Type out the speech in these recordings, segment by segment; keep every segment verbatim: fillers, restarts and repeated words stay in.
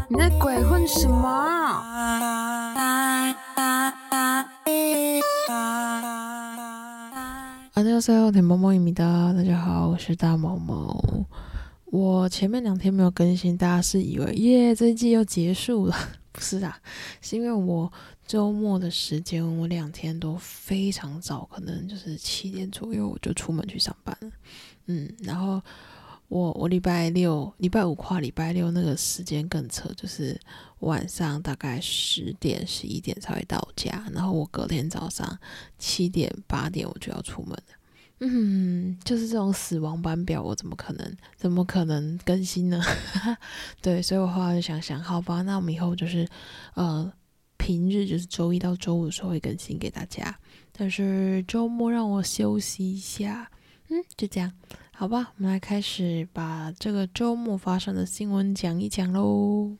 你在鬼混什么？안녕하세요，甜萌萌입니다。大家好，我是大萌萌。我前面两天没有更新，大家是以为耶这一季又结束了？不是啊，是因为我周末的时间，我两天都非常早，可能就是七点左右我就出门去上班了。嗯，然后我我礼拜六、礼拜五跨礼拜六那个时间更扯，就是晚上大概十点、十一点才会到家，然后我隔天早上七点、八点我就要出门了。嗯，就是这种死亡班表，我怎么可能怎么可能更新呢？对，所以我后来就想想，好吧，那我们以后就是呃平日就是周一到周五的时候会更新给大家，但是周末让我休息一下。嗯，就这样，好吧，我们来开始把这个周末发生的新闻讲一讲咯。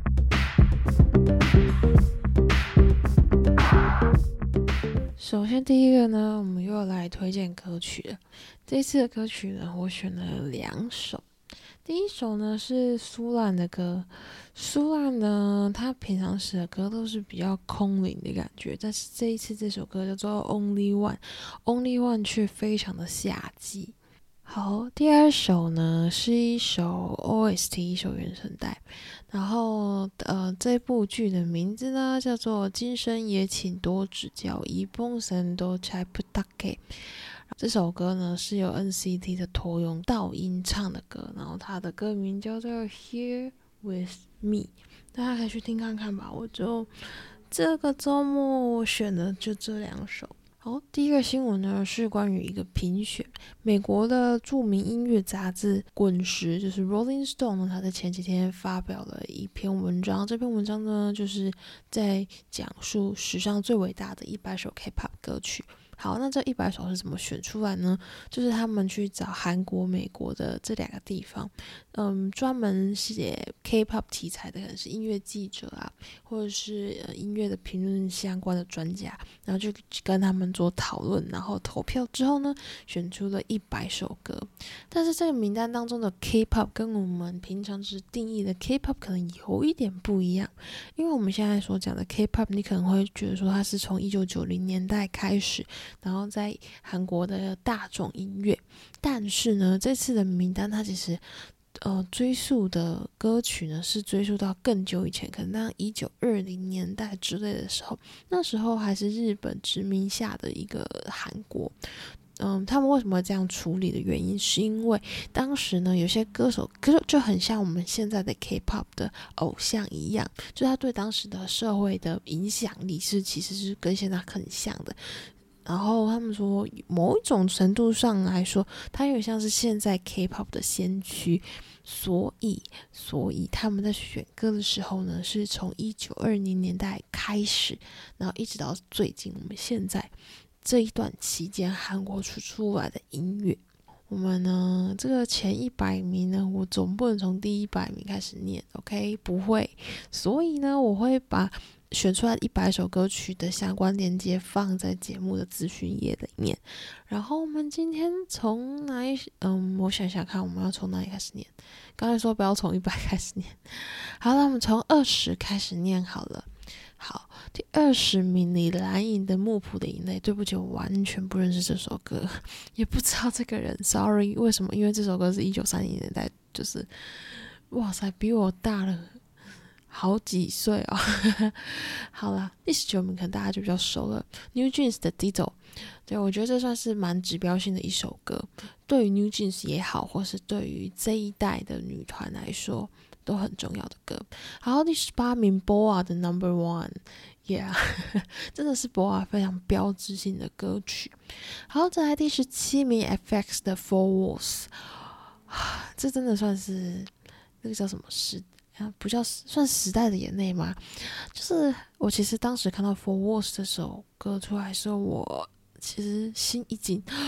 首先第一个呢，我们又来推荐歌曲了。这一次的歌曲呢，我选了两首。第一首呢是苏兰的歌，苏兰呢，他平常时的歌都是比较空灵的感觉，但是这一次这首歌叫做 Only One，Only One 却非常的夏季。好，第二首呢是一首 O S T， 一首原声带，然后呃这部剧的名字呢叫做今生也请多指教，一봉선도 잘 부탁해。这首歌呢是由 N C T 的驼用道音唱的歌，然后它的歌名叫做 Here With Me， 大家可以去听看看吧。我就这个周末我选的就这两首。好，第一个新闻呢是关于一个评选，美国的著名音乐杂志滚石，就是 Rolling Stone 呢，他在前几天发表了一篇文章，这篇文章呢就是在讲述史上最伟大的一百首 K-pop 歌曲。好，那这一百首是怎么选出来呢？就是他们去找韩国、美国的这两个地方，嗯，专门写 K-pop 题材的，可能是音乐记者啊，或者是、呃、音乐的评论相关的专家，然后就跟他们做讨论，然后投票之后呢，选出了一百首歌。但是这个名单当中的 K-pop 跟我们平常只定义的 K-pop 可能有一点不一样，因为我们现在所讲的 K-pop， 你可能会觉得说它是从一九九零年代开始。然后在韩国的大众音乐，但是呢，这次的名单它其实呃追溯的歌曲呢是追溯到更久以前，可能到一九二零年代之类的时候，那时候还是日本殖民下的一个韩国。嗯，他们为什么会这样处理的原因，是因为当时呢，有些歌手就就很像我们现在的 K-pop 的偶像一样，就他对当时的社会的影响力是其实是跟现在很像的。然后他们说，某一种程度上来说，它有点像是现在 K-pop 的先驱，所以，所以他们在选歌的时候呢，是从一九二零年代开始，然后一直到最近我们现在这一段期间，韩国出出来的音乐。我们呢，这个前一百名呢，我总不能从第一百名开始念 ，OK？ 不会，所以呢，我会把选出来一百首歌曲的相关链接放在节目的资讯页里面。然后我们今天从哪一嗯，我想想看，我们要从哪里开始念？刚才说不要从一百开始念，好了，我们从二十开始念好了。好，第二十名李蓝颖的《木谱的眼泪》，对不起，我完全不认识这首歌，也不知道这个人 ，sorry。为什么？因为这首歌是一九三零年代，就是哇塞，比我大了好几岁哦。好啦，第十九名可能大家就比较熟了 ，New Jeans 的《Ditto》，对，我觉得这算是蛮指标性的一首歌，对于 New Jeans 也好，或是对于这一代的女团来说。都很重要的歌。好，第十八名 B O A 的 Number One， yeah 真的是 B O A 非常标志性的歌曲。好，再来第十七名 F X 的 Four Walls， 这真的算是那个叫什么时啊？不叫算时代的眼泪吗？就是我其实当时看到 Four Walls 这首歌出来的时候，我其实心一紧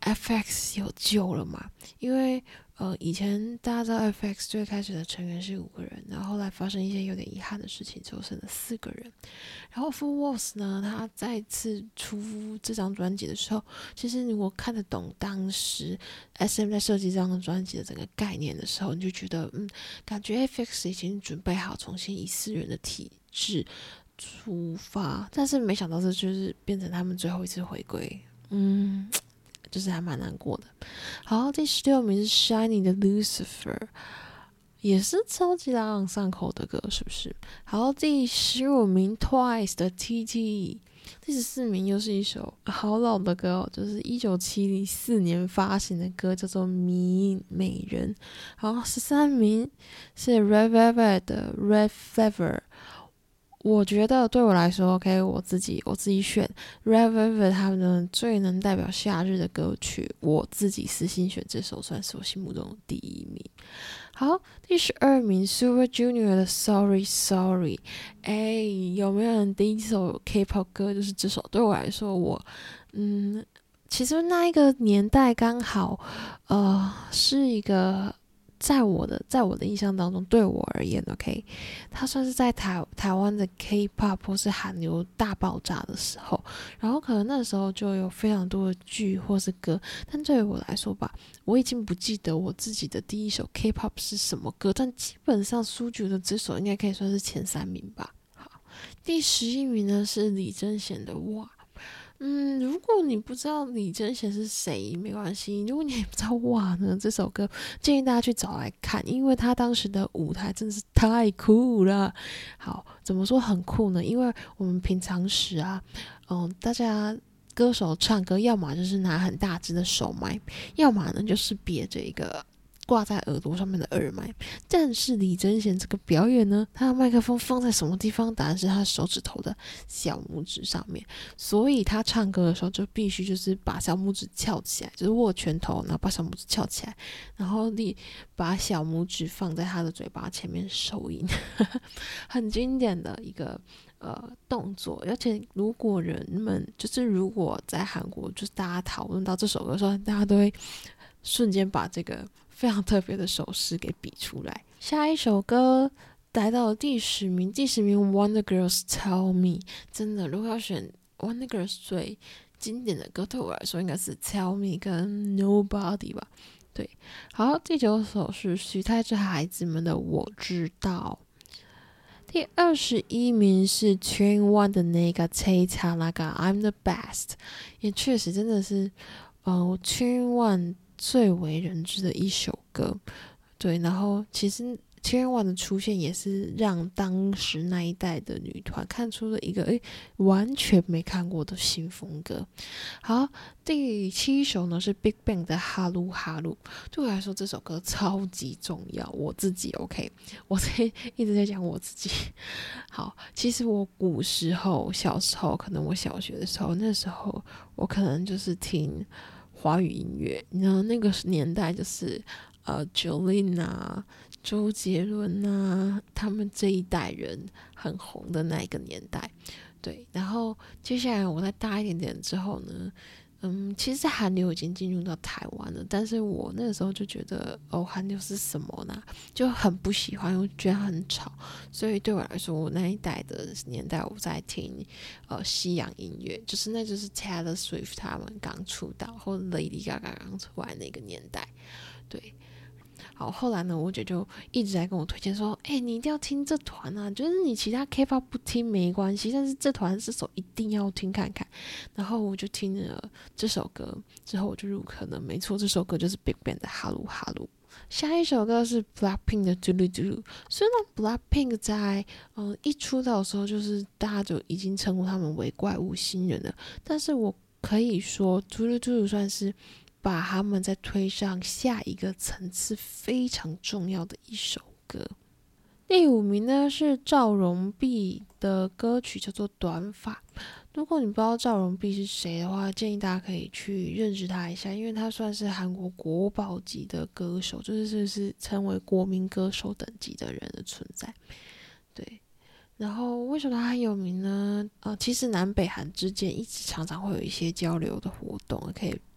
F X 有救了嘛？因为呃，以前大家知道 F X 最开始的成员是五个人，然后后来发生一些有点遗憾的事情，就剩了四个人。然后 Full Force 呢，他再次出这张专辑的时候，其实如果看得懂当时 S M 在设计这张专辑的整个概念的时候，你就觉得嗯，感觉 F X 已经准备好重新以四人的体制出发，但是没想到这就是变成他们最后一次回归，嗯。就是还蛮难过的。好，第十六名是 Shiny 的 Lucifer， 也是超级朗朗上口的歌，是不是？好，第十五名 Twice 的 T T， 第十四名又是一首好老的歌哦，就是一九七四年发行的歌，叫做《迷美人》。好，十三名是 Red Velvet 的 Red Fever。我觉得对我来说 ，OK， 我自己我自己选 Red Velvet 他们最能代表夏日的歌曲，我自己私心选这首，算是我心目中的第一名。好，第十二名 Super Junior 的 Sorry Sorry， 哎，有没有人第一首 K-pop 歌就是这首？对我来说，我嗯，其实那一个年代刚好，呃，是一个。在我的在我的印象当中，对我而言 ，OK， 它算是在台台湾的 K-pop 或是韩流大爆炸的时候，然后可能那时候就有非常多的剧或是歌，但对于我来说吧，我已经不记得我自己的第一首 K-pop 是什么歌，但基本上苏菊的这首应该可以算是前三名吧。好，第十一名呢是李贞贤的哇。嗯，如果你不知道李贞贤是谁，没关系。如果你也不知道哇呢，这首歌建议大家去找来看，因为他当时的舞台真的是太酷了。好，怎么说很酷呢？因为我们平常时啊，嗯，大家歌手唱歌，要么就是拿很大支的手麦，要么呢就是别着一个挂在耳朵上面的耳麦。但是李贞贤这个表演呢，他的麦克风放在什么地方？答案是他手指头的小拇指上面。所以他唱歌的时候就必须就是把小拇指翘起来，就是握拳头，然后把小拇指翘起来，然后立把小拇指放在他的嘴巴前面收音，很经典的一个呃动作。而且如果人们就是如果在韩国就是大家讨论到这首歌的时候，大家都会瞬间把这个非常特别的手势给比出来。下一首歌来到了第十名，第十名 Wonder Girls Tell Me， 真的如果要选 Wonder Girls 最经典的歌，对我来说应该是 Tell Me 跟 Nobody 吧。对，好，第九首是许太志孩子们的我知道。第二十一名是 Train One 的那个 Tata 那个 I'm the Best， 也确实真的是呃 Train One 最为人知的一首歌。对，然后其实 T N One 的出现也是让当时那一代的女团看出了一个诶完全没看过的新风格。好，第七首呢是 Big Bang 的哈鲁哈鲁，对我来说这首歌超级重要，我自己 OK， 我在一直在讲我自己。好，其实我古时候小时候，可能我小学的时候，那时候我可能就是听华语音乐，你知道那个年代就是呃 Jolin 啊、周杰伦啊，他们这一代人很红的那一个年代。对，然后接下来我再大一点点之后呢，嗯，其实韩流已经进入到台湾了，但是我那个时候就觉得，哦，韩流是什么呢？就很不喜欢，我觉得很吵，所以对我来说，我那一代的年代我在听呃西洋音乐，就是那就是 Taylor Swift 他们刚出道，或者 Lady Gaga 刚出来那个年代，对。好，后来呢，我姐就一直在跟我推荐说，哎、欸，你一定要听这团啊，就是你其他 K-pop 不听没关系，但是这团这首一定要听看看。然后我就听了这首歌，之后我就入坑了。没错，这首歌就是 Big Bang 的哈鲁哈鲁。下一首歌是 Blackpink 的 Dulu Dulu。虽然 Blackpink 在嗯、呃、一出道的时候，就是大家就已经称呼他们为怪物新人了，但是我可以说 Dulu Dulu 算是把他们再推上下一个层次非常重要的一首歌。第五名呢是赵荣碧的歌曲叫做《短发》。如果你不知道赵荣碧是谁的话，建议大家可以去认识他一下，因为他算是韩国国宝级的歌手，就是是称为国民歌手等级的人的存在。对，然后为什么他很有名呢？呃，其实南北韩之间一直常常会有一些交流的活动，可以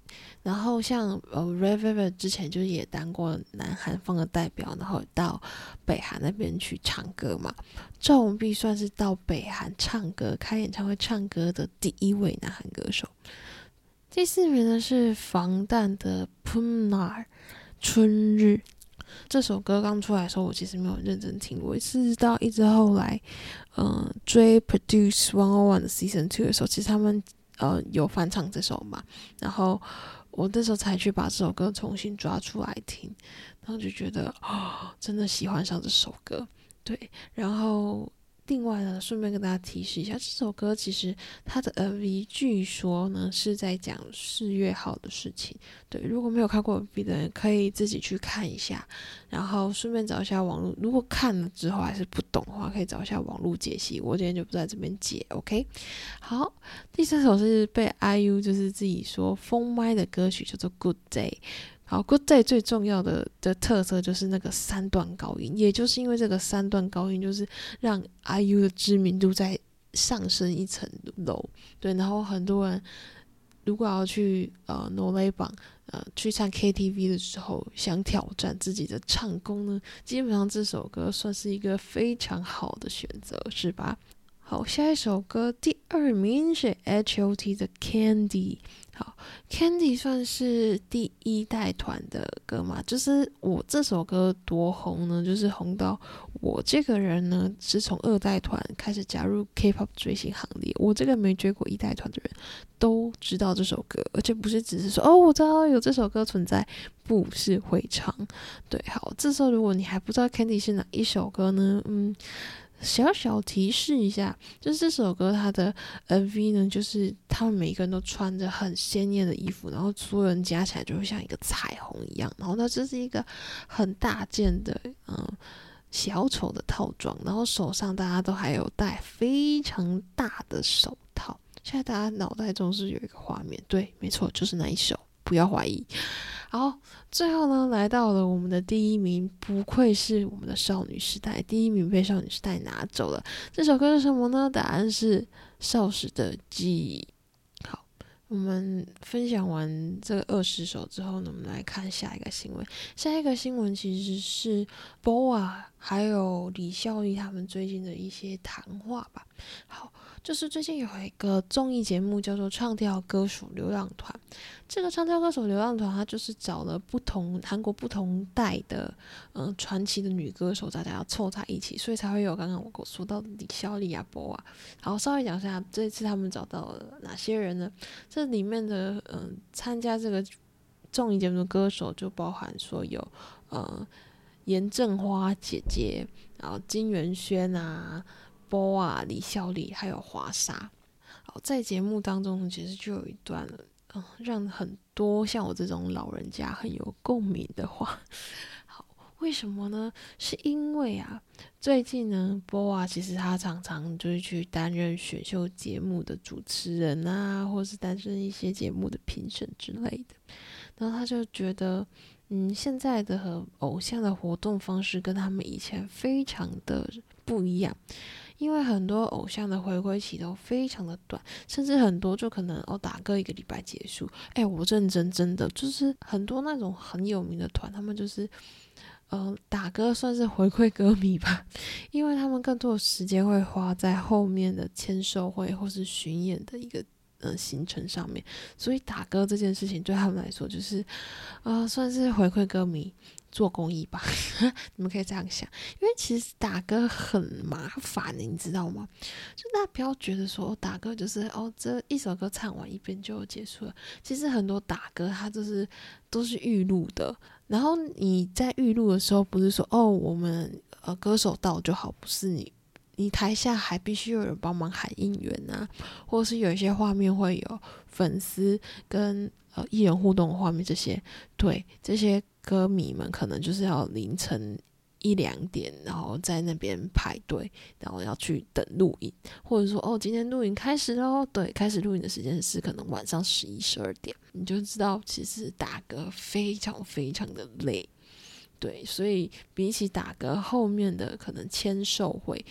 然后像呃 Red Velvet 之前就是也当过南韩方的代表，然后到北韩那边去唱歌嘛。赵文碧算是到北韩唱歌、开演唱会唱歌的第一位南韩歌手。第四名呢是防弹的 Pumnar 春日。这首歌刚出来的时候，我其实没有认真听过，是到一直后来，嗯、呃，追 Produce one oh one 的 Season two 的时候，其实他们呃有翻唱这首嘛，然后我那时候才去把这首歌重新抓出来听，然后就觉得哦，真的喜欢上这首歌，对，然后。另外呢，顺便跟大家提示一下，这首歌其实它的 M V 据说呢是在讲四月号的事情。对，如果没有看过 M V 的人，可以自己去看一下，然后顺便找一下网络。如果看了之后还是不懂的话，可以找一下网络解析。我今天就不在这边解 ，OK？ 好，第三首是被 I U 就是自己说封麦的歌曲，叫做《Good Day》。好 ，Good Day 最重要的的特色就是那个三段高音，也就是因为这个三段高音，就是让 I U 的知名度再上升一层楼。对，然后很多人如果要去呃 No Lay 榜呃去唱 K T V 的时候，想挑战自己的唱功呢，基本上这首歌算是一个非常好的选择，是吧？好，下一首歌第二名是 H O T 的 Candy。好 ，Candy 算是第一代团的歌嘛，就是我这首歌多红呢，就是红到我这个人呢是从二代团开始加入 K-pop 追星行列，我这个没追过一代团的人都知道这首歌，而且不是只是说哦我知道有这首歌存在，不是会唱。对，好，这时候如果你还不知道 Candy 是哪一首歌呢，嗯。小小提示一下，就是这首歌它的 M V 呢，就是他们每一个人都穿着很鲜艳的衣服，然后所有人加起来就会像一个彩虹一样，然后它就是一个很大件的嗯小丑的套装，然后手上大家都还有戴非常大的手套。现在大家脑袋中是有一个画面，对，没错，就是那一首，不要怀疑。好，最后呢，来到了我们的第一名，不愧是我们的少女时代，第一名被少女时代拿走了。这首歌是什么呢？答案是少时的记忆。好，我们分享完这个二十首之后呢，我们来看下一个新闻。下一个新闻其实是 B O A 还有李孝利他们最近的一些谈话吧。好。就是最近有一个综艺节目叫做《唱跳歌手流浪团》，这个唱跳歌手流浪团，它就是找了不同韩国不同代的嗯传奇的女歌手，大家要凑在一起，所以才会有刚刚我说到的李孝利啊、波啊。好，稍微讲一下这次他们找到了哪些人呢？这里面的嗯参加这个综艺节目的歌手就包含说有呃严正花姐姐，然后金元萱啊。波啊、李孝利还有华莎，好，在节目当中其实就有一段了，嗯，让很多像我这种老人家很有共鸣的话。好，为什么呢？是因为啊，最近呢，波啊，其实他常常就是去担任选秀节目的主持人啊，或是担任一些节目的评审之类的，然后他就觉得。嗯，现在的偶像的活动方式跟他们以前非常的不一样，因为很多偶像的回归期都非常的短，甚至很多就可能哦打歌一个礼拜结束。哎，我认真真的就是很多那种很有名的团，他们就是呃打歌算是回馈歌迷吧，因为他们更多的时间会花在后面的签售会或是巡演的一个。呃，行程上面，所以打歌这件事情对他们来说就是，呃，算是回馈歌迷做公益吧。你们可以这样想，因为其实打歌很麻烦，你知道吗？就大家不要觉得说打歌就是哦，这一首歌唱完一遍就结束了。其实很多打歌它就是都是预录的，然后你在预录的时候不是说哦，我们呃歌手到就好，不是你。你台下还必须有人帮忙喊应援啊，或者是有一些画面会有粉丝跟呃艺人互动的画面，这些对这些歌迷们可能就是要凌晨一两点，然后在那边排队，然后要去等录影，或者说哦今天录影开始咯，对，开始录影的时间是可能晚上十一、十二点，你就知道其实打歌非常非常的累，对，所以比起打歌后面的可能签售会。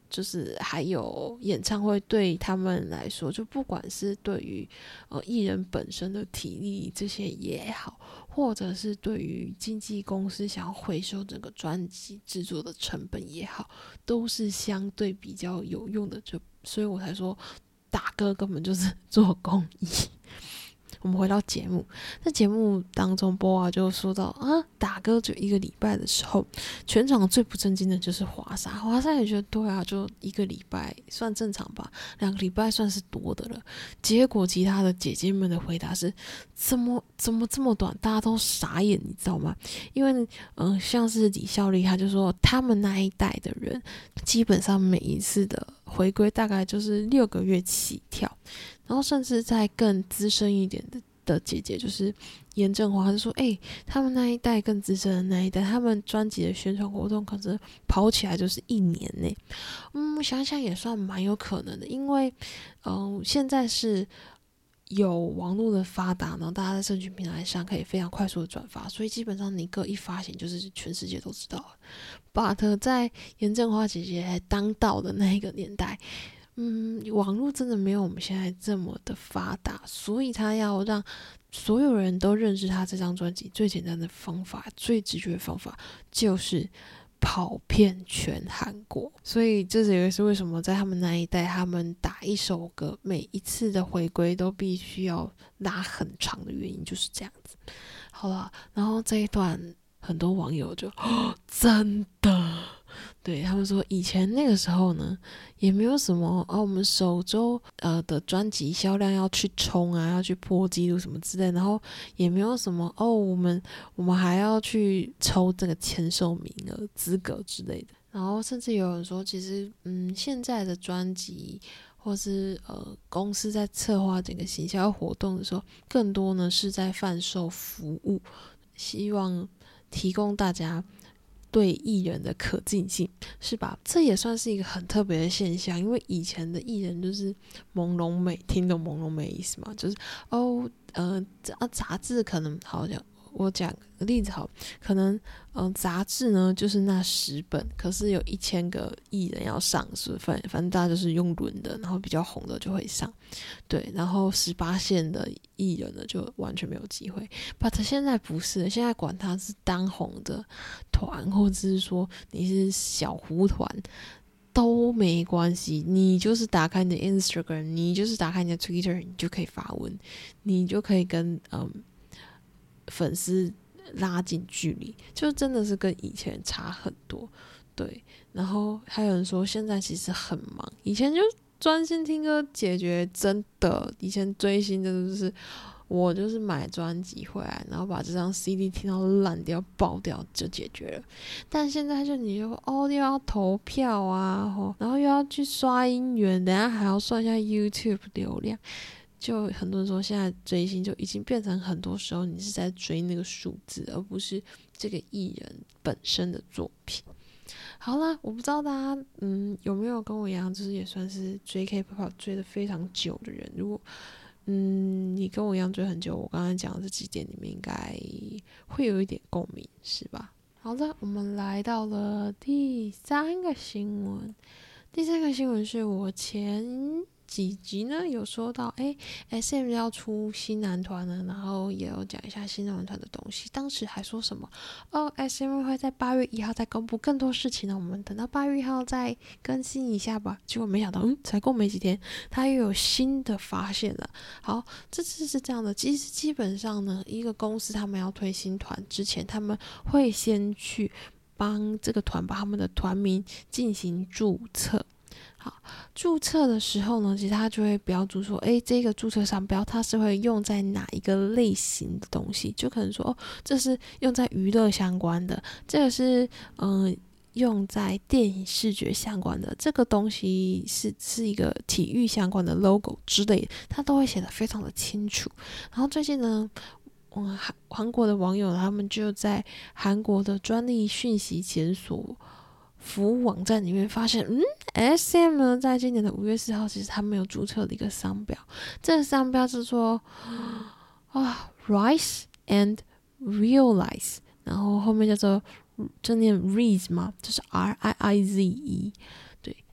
就是还有演唱会对他们来说，就不管是对于呃艺人本身的体力这些也好，或者是对于经纪公司想要回收整个专辑制作的成本也好，都是相对比较有用的，就所以我才说打歌根本就是做公益。我们回到节目，在节目当中，波娃就说到啊，打歌就一个礼拜的时候，全场最不正经的就是华莎。华莎也觉得对啊，就一个礼拜算正常吧，两个礼拜算是多的了。结果其他的姐姐们的回答是，怎么怎么这么短？大家都傻眼，你知道吗？因为嗯、呃，像是李孝利，他就说他们那一代的人，基本上每一次的回归大概就是六个月起跳。然后甚至在更资深一点的的姐姐，就是严正华，就说：“哎、欸，他们那一代更资深的那一代，他们专辑的宣传活动可是跑起来就是一年呢。”嗯，想想也算蛮有可能的，因为嗯、呃，现在是有网络的发达，然后大家在社群平台上可以非常快速的转发，所以基本上你歌一发行，就是全世界都知道了。But 在严正华姐姐当道的那一个年代。嗯，网络真的没有我们现在这么的发达，所以他要让所有人都认识他这张专辑，最简单的方法，最直觉的方法就是跑遍全韩国。所以这也是为什么在他们那一代，他们打一首歌，每一次的回归都必须要拉很长的原因，就是这样子。好了，然后这一段很多网友就、哦、真的。对他们说，以前那个时候呢，也没有什么啊，我们首周呃的专辑销量要去冲啊，要去破纪录什么之类，然后也没有什么哦，我们我们还要去抽这个签售名额资格之类的。然后甚至有人说，其实嗯，现在的专辑或是呃公司在策划整个行销活动的时候，更多呢是在贩售服务，希望提供大家。对艺人的可进性，是吧？这也算是一个很特别的现象，因为以前的艺人就是朦胧美，听懂朦胧美意思吗？就是哦，呃，啊，杂志可能好像我讲个例子好，可能嗯、呃，杂志呢就是那十本，可是有一千个艺人要上，是反反正大家就是用轮的，然后比较红的就会上，对，然后十八线的艺人呢就完全没有机会。But 现在不是，现在管他是当红的团，或者是说你是小胡团。都没关系，你就是打开你的 Instagram， 你就是打开你的 Twitter， 你就可以发文，你就可以跟嗯粉丝拉近距离，就真的是跟以前差很多。对，然后还有人说现在其实很忙，以前就专心听歌解决，真的，以前追星真的就是我就是买专辑回来，然后把这张 C D 听到烂掉爆掉就解决了。但现在就你就哦又要投票啊，然后又要去刷音源，等一下还要算一下 YouTube 流量。就很多人说现在追星就已经变成很多时候你是在追那个数字，而不是这个艺人本身的作品。好啦，我不知道大家嗯有没有跟我一样，就是也算是追 K-pop 追得非常久的人。如果嗯你跟我一样追很久，我刚才讲的这几点，你们应该会有一点共鸣，是吧？好的，我们来到了第三个新闻。第三个新闻是我前几集呢有说到，诶 S M 要出新男团了，然后也有讲一下新男团的东西。当时还说什么哦 S M 会在八月一号再公布更多事情呢，我们等到八月一号再更新一下吧。结果没想到，嗯，才过没几天，他又有新的发现了。好，这次是这样的，其实基本上呢，一个公司他们要推新团之前，他们会先去帮这个团把他们的团名进行注册。好，注册的时候呢，其实他就会标注说，诶，这个注册商标它是会用在哪一个类型的东西，就可能说，哦，这是用在娱乐相关的，这个是嗯、呃、用在电影视觉相关的，这个东西是是一个体育相关的 logo 之类的，它都会写得非常的清楚。然后最近呢，嗯，韩韩国的网友他们就在韩国的专利讯息检索服务网站里面发现，嗯 ，S M 呢，在今年的五月四号，其实他们有注册的一个商标，这个商标是说啊 ，Rise and Realize， 然后后面叫做就念 Rise 嘛，就是 R I I Z E， 对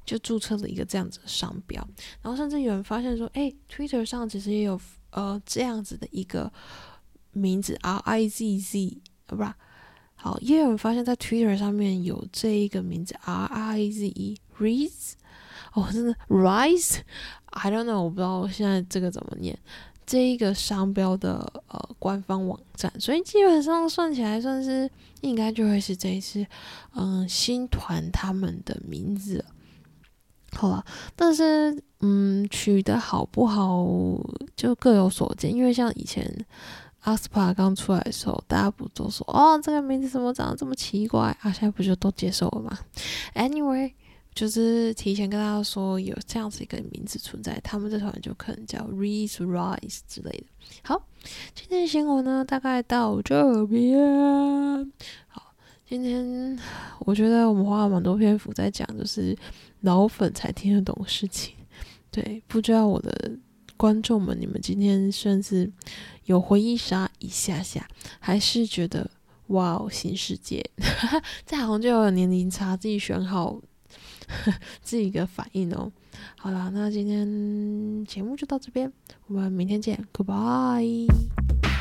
就注册了一个这样子的商标，然后甚至有人发现说，哎 ，Twitter 上其实也有呃这样子的一个名字 R I Z Z， 不是，好，也有人发现在 Twitter 上面有这一个名字 R I Z E，Rise， 哦，真的 Rise，I don't know， 我不知道现在这个怎么念。这一个商标的呃官方网站，所以基本上算起来算是应该就会是这一次嗯新团他们的名字了。好了，但是嗯取得好不好就各有所见，因为像以前阿斯帕刚出来的时候，大家不都说哦这个名字怎么长得这么奇怪啊？现在不就都接受了吗 ？Anyway。就是提前跟大家说有这样子一个名字存在，他们这团就可能叫 Rise Rise 之类的。好，今天的新闻呢大概到这边。好，今天我觉得我们花了蛮多篇幅在讲，就是老粉才听得懂的事情。对，不知道我的观众们，你们今天算是有回忆杀一下下，还是觉得哇哦新世界？这好像就有年龄差，自己选好。自己一个反应哦。好啦，那今天节目就到这边，我们明天见 ，Goodbye。